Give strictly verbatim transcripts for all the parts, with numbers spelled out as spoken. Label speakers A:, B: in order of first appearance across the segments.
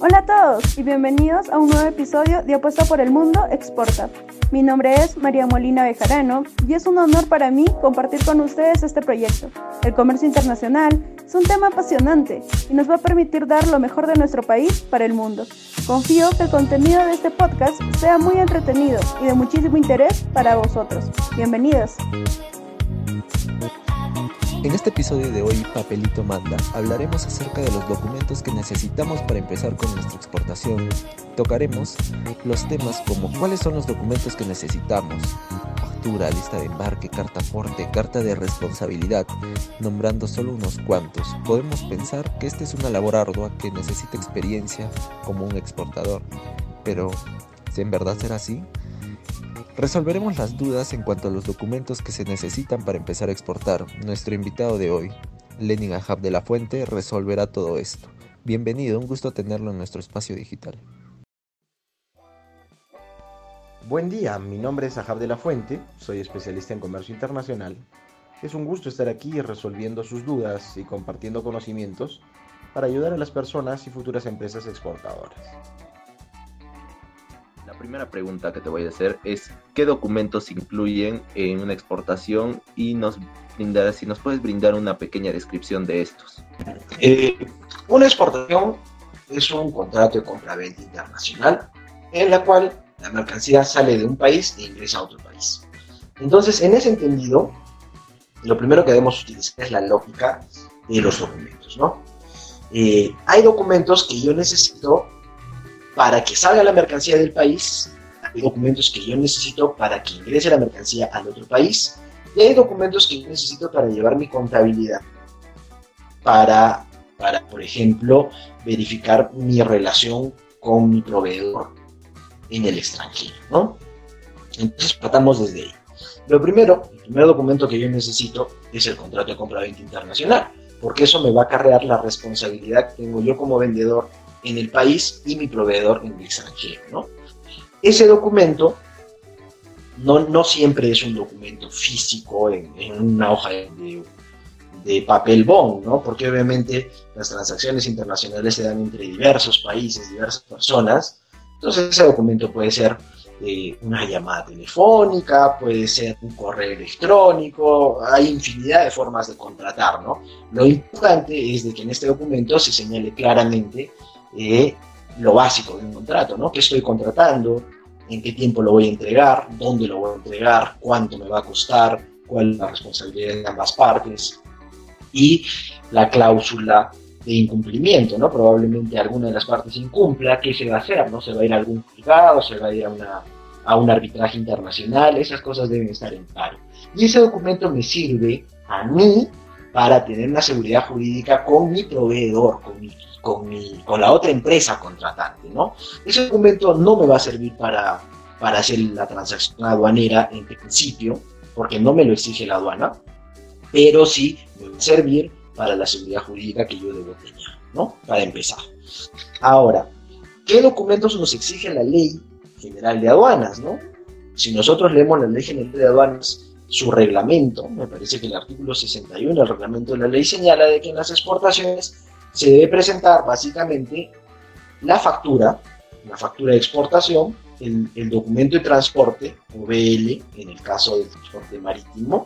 A: Hola a todos y bienvenidos a un nuevo episodio de Apuesta por el Mundo Exporta. Mi nombre es María Molina Bejarano y es un honor para mí compartir con ustedes este proyecto. El comercio internacional es un tema apasionante y nos va a permitir dar lo mejor de nuestro país para el mundo. Confío que el contenido de este podcast sea muy entretenido y de muchísimo interés para vosotros. Bienvenidos.
B: En este episodio de hoy, Papelito Manda, hablaremos acerca de los documentos que necesitamos para empezar con nuestra exportación. Tocaremos los temas como cuáles son los documentos que necesitamos, factura, lista de embarque, carta aporte, carta de responsabilidad, nombrando solo unos cuantos. Podemos pensar que esta es una labor ardua que necesita experiencia como un exportador, pero ¿si en verdad será así? Resolveremos las dudas en cuanto a los documentos que se necesitan para empezar a exportar. Nuestro invitado de hoy, Lenin Ahab de la Fuente, resolverá todo esto. Bienvenido, un gusto tenerlo en nuestro espacio digital.
C: Buen día, mi nombre es Ahab de la Fuente, soy especialista en comercio internacional. Es un gusto estar aquí resolviendo sus dudas y compartiendo conocimientos para ayudar a las personas y futuras empresas exportadoras.
B: La primera pregunta que te voy a hacer es ¿qué documentos se incluyen en una exportación? Y nos brindar, si nos puedes brindar una pequeña descripción de estos.
C: Eh, una exportación es un contrato de compra-venta internacional en la cual la mercancía sale de un país e ingresa a otro país. Entonces, en ese entendido, lo primero que debemos utilizar es la lógica de los documentos, ¿no? Eh, hay documentos que yo necesito para que salga la mercancía del país, hay documentos que yo necesito para que ingrese la mercancía al otro país, y hay documentos que yo necesito para llevar mi contabilidad, para, para por ejemplo, verificar mi relación con mi proveedor en el extranjero, ¿no? Entonces, partamos desde ahí. Lo primero, el primer documento que yo necesito es el contrato de compra-venta internacional, porque eso me va a acarrear la responsabilidad que tengo yo como vendedor en el país y mi proveedor en el extranjero, ¿no? Ese documento no, no siempre es un documento físico en, en una hoja de, de papel bond, ¿no? Porque obviamente las transacciones internacionales se dan entre diversos países, diversas personas. Entonces ese documento puede ser eh, una llamada telefónica, puede ser un correo electrónico, hay infinidad de formas de contratar, ¿no? Lo importante es de que en este documento se señale claramente Eh, lo básico de un contrato, ¿no? ¿Qué estoy contratando? ¿En qué tiempo lo voy a entregar? ¿Dónde lo voy a entregar? ¿Cuánto me va a costar? ¿Cuál es la responsabilidad de ambas partes? Y la cláusula de incumplimiento, ¿no? Probablemente alguna de las partes incumpla. ¿Qué se va a hacer? ¿No? ¿Se va a ir a algún juzgado? ¿Se va a ir a, una, a un arbitraje internacional? Esas cosas deben estar en claro. Y ese documento me sirve a mí para tener una seguridad jurídica con mi proveedor, con mi Con, mi, con la otra empresa contratante, ¿no? Ese documento no me va a servir para, para hacer la transacción aduanera en principio, porque no me lo exige la aduana, pero sí me va a servir para la seguridad jurídica que yo debo tener, ¿no? Para empezar. Ahora, ¿qué documentos nos exige la Ley General de Aduanas, ¿no? Si nosotros leemos la Ley General de Aduanas, su reglamento, me parece que el artículo sesenta y uno del reglamento de la ley señala de que en las exportaciones se debe presentar básicamente la factura, la factura de exportación, el, el documento de transporte, o B L, en el caso del transporte marítimo,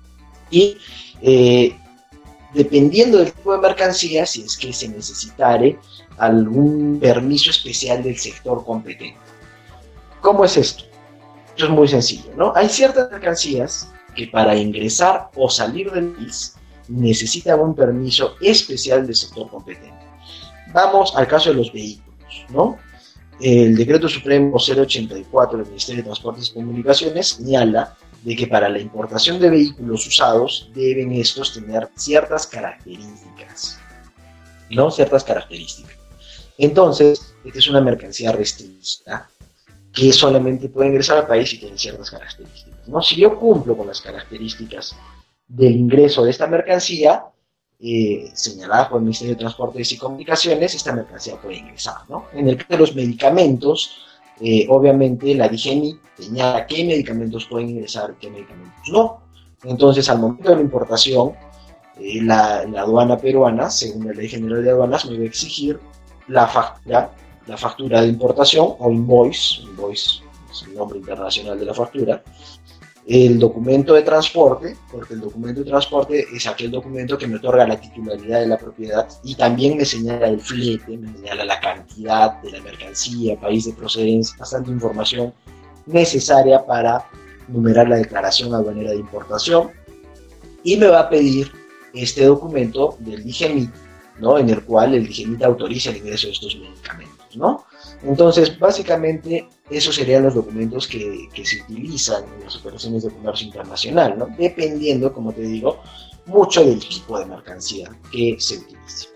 C: y eh, dependiendo del tipo de mercancía, si es que se necesitare algún permiso especial del sector competente. ¿Cómo es esto? Esto es muy sencillo, ¿no? Hay ciertas mercancías que para ingresar o salir del país necesitan un permiso especial del sector competente. Vamos al caso de los vehículos, ¿no? El Decreto Supremo cero ochenta y cuatro del Ministerio de Transportes y Comunicaciones señala de que para la importación de vehículos usados deben estos tener ciertas características, ¿no? Ciertas características. Entonces, esta es una mercancía restringida que solamente puede ingresar al país si tiene ciertas características, ¿no? Si yo cumplo con las características del ingreso de esta mercancía, eh, señalada por el Ministerio de Transportes y Comunicaciones, esta mercancía puede ingresar, ¿no? En el caso de los medicamentos, eh, obviamente la D G M I señala qué medicamentos pueden ingresar y qué medicamentos no. Entonces, al momento de la importación, eh, la, la aduana peruana, según la Ley General de Aduanas, me va a exigir la factura, la factura de importación o invoice, invoice es el nombre internacional de la factura, el documento de transporte, porque el documento de transporte es aquel documento que me otorga la titularidad de la propiedad y también me señala el flete, me señala la cantidad de la mercancía, país de procedencia, bastante información necesaria para numerar la declaración aduanera de importación, y me va a pedir este documento del DIGEMIT, ¿no? En el cual el DIGEMIT autoriza el ingreso de estos medicamentos, ¿no? Entonces, básicamente, esos serían los documentos que, que se utilizan en las operaciones de comercio internacional, ¿no? Dependiendo, como te digo, mucho del tipo de mercancía que se utilice.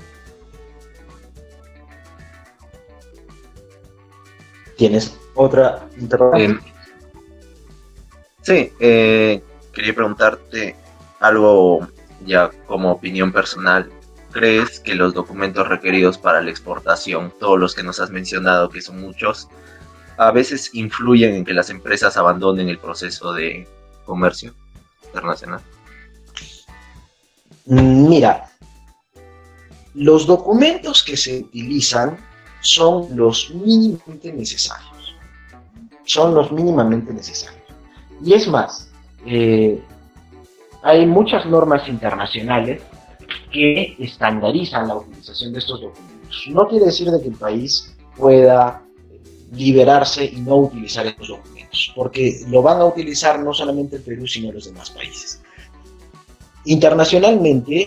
C: ¿Tienes otra interrogante?
B: Eh, sí, eh, quería preguntarte algo ya como opinión personal. ¿Crees que los documentos requeridos para la exportación, todos los que nos has mencionado, que son muchos, a veces influyen en que las empresas abandonen el proceso de comercio internacional?
C: Mira, los documentos que se utilizan son los mínimamente necesarios. Son los mínimamente necesarios. Y es más, eh, hay muchas normas internacionales que estandarizan la utilización de estos documentos. No quiere decir de que el país pueda liberarse y no utilizar estos documentos, porque lo van a utilizar no solamente el Perú, sino los demás países. Internacionalmente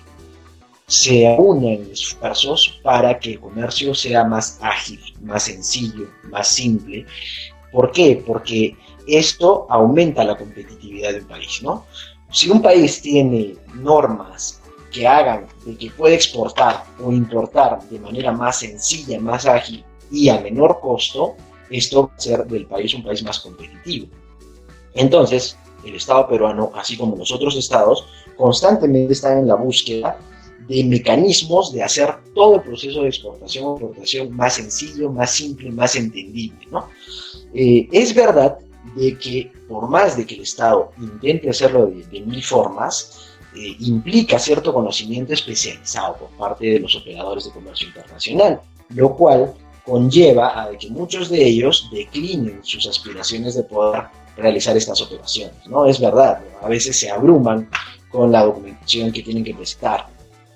C: se unen esfuerzos para que el comercio sea más ágil, más sencillo, más simple. ¿Por qué? Porque esto aumenta la competitividad de un país, ¿no? Si un país tiene normas que hagan de que puede exportar o importar de manera más sencilla, más ágil y a menor costo, esto va a hacer del país un país más competitivo. Entonces, el Estado peruano, así como los otros estados, constantemente están en la búsqueda de mecanismos de hacer todo el proceso de exportación o importación más sencillo, más simple, más entendible, ¿no? Eh, es verdad de que por más de que el Estado intente hacerlo de, de mil formas, eh, implica cierto conocimiento especializado por parte de los operadores de comercio internacional, lo cual conlleva a que muchos de ellos declinen sus aspiraciones de poder realizar estas operaciones, ¿no? Es verdad, ¿no? A veces se abruman con la documentación que tienen que presentar,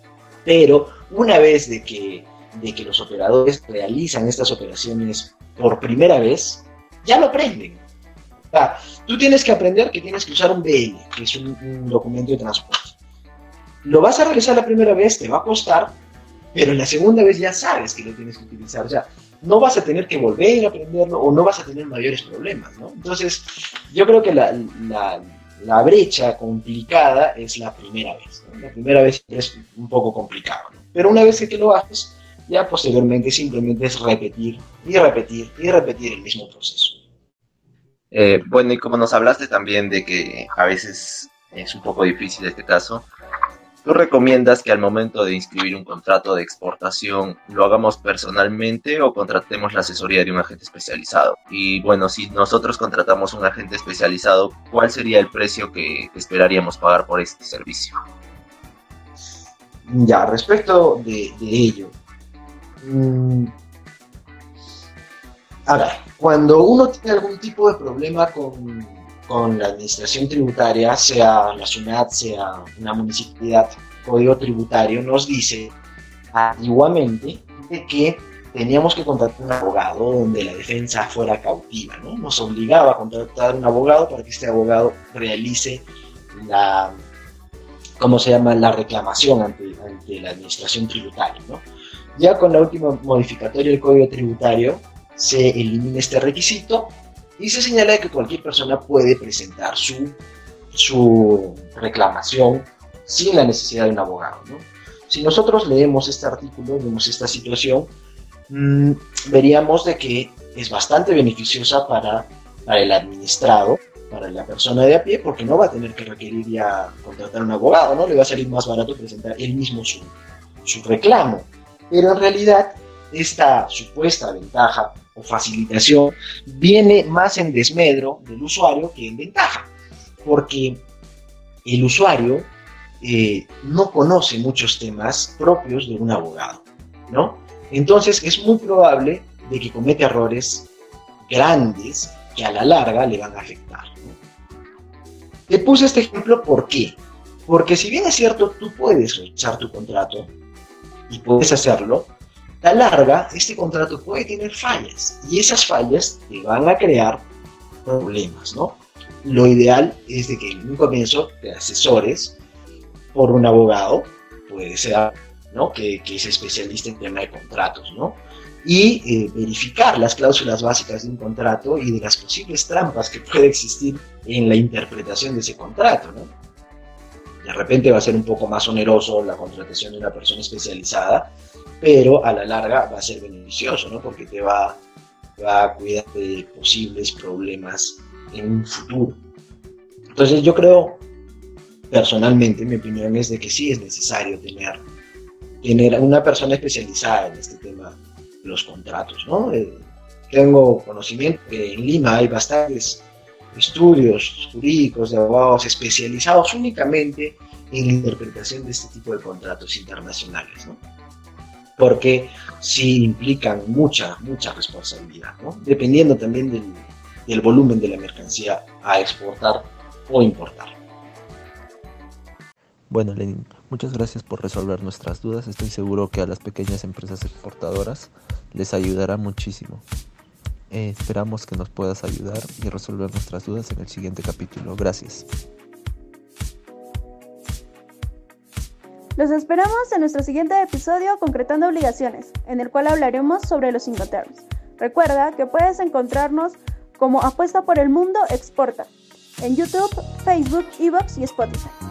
C: pero una vez de que, de que los operadores realizan estas operaciones por primera vez, ya lo aprenden. O sea, tú tienes que aprender que tienes que usar un B L, que es un, un documento de transporte. Lo vas a realizar la primera vez, te va a costar, pero la segunda vez ya sabes que lo tienes que utilizar. O sea, no vas a tener que volver a aprenderlo o no vas a tener mayores problemas, ¿no? Entonces, yo creo que la, la, la brecha complicada es la primera vez, ¿no? La primera vez es un poco complicado, ¿no? Pero una vez que lo haces, ya posteriormente simplemente es repetir y repetir y repetir el mismo proceso.
B: Eh, bueno, y como nos hablaste también de que a veces es un poco difícil este caso, ¿tú recomiendas que al momento de inscribir un contrato de exportación lo hagamos personalmente o contratemos la asesoría de un agente especializado? Y bueno, si nosotros contratamos un agente especializado, ¿cuál sería el precio que esperaríamos pagar por este servicio?
C: Ya, respecto de, de ello, mmm, a ver, cuando uno tiene algún tipo de problema con, con la administración tributaria, sea la SUNAT, sea una municipalidad, Código Tributario nos dice antiguamente de que teníamos que contratar un abogado donde la defensa fuera cautiva, ¿no? Nos obligaba a contratar un abogado para que este abogado realice la, ¿cómo se llama?, la reclamación ante, ante la administración tributaria, ¿no? Ya con la última modificatoria del Código Tributario se elimina este requisito y se señala que cualquier persona puede presentar su, su reclamación sin la necesidad de un abogado, ¿no? Si nosotros leemos este artículo, vemos esta situación, mmm, veríamos de que es bastante beneficiosa para, para el administrado, para la persona de a pie, porque no va a tener que requerir ya contratar un abogado, ¿no? Le va a salir más barato presentar él mismo su, su reclamo. Pero en realidad, esta supuesta ventaja o facilitación viene más en desmedro del usuario que en ventaja, porque el usuario eh, no conoce muchos temas propios de un abogado, ¿no? Entonces es muy probable de que cometa errores grandes que a la larga le van a afectar, ¿no? Te puse este ejemplo, ¿por qué? Porque si bien es cierto, tú puedes rechazar tu contrato y puedes hacerlo, a la larga este contrato puede tener fallas y esas fallas te van a crear problemas, ¿no? Lo ideal es de que en un comienzo te asesores por un abogado, puede ser, ¿no? que, que es especialista en tema de contratos, ¿no? Y eh, verificar las cláusulas básicas de un contrato y de las posibles trampas que puede existir en la interpretación de ese contrato, ¿no? De repente va a ser un poco más oneroso la contratación de una persona especializada, pero a la larga va a ser beneficioso, ¿no? Porque te va, va a cuidar de posibles problemas en un futuro. Entonces yo creo, personalmente, mi opinión es de que sí es necesario tener, tener una persona especializada en este tema de los contratos, ¿no? Eh, tengo conocimiento que en Lima hay bastantes estudios jurídicos de abogados especializados únicamente en la interpretación de este tipo de contratos internacionales, ¿no? Porque sí implican mucha, mucha responsabilidad, ¿no? Dependiendo también del, del volumen de la mercancía a exportar o importar.
B: Bueno, Lenin, muchas gracias por resolver nuestras dudas. Estoy seguro que a las pequeñas empresas exportadoras les ayudará muchísimo. Eh, esperamos que nos puedas ayudar y resolver nuestras dudas en el siguiente capítulo. Gracias.
A: Los esperamos en nuestro siguiente episodio Concretando Obligaciones, en el cual hablaremos sobre los Incoterms. Recuerda que puedes encontrarnos como Apuesta por el Mundo Exporta en YouTube, Facebook, iVoox y Spotify.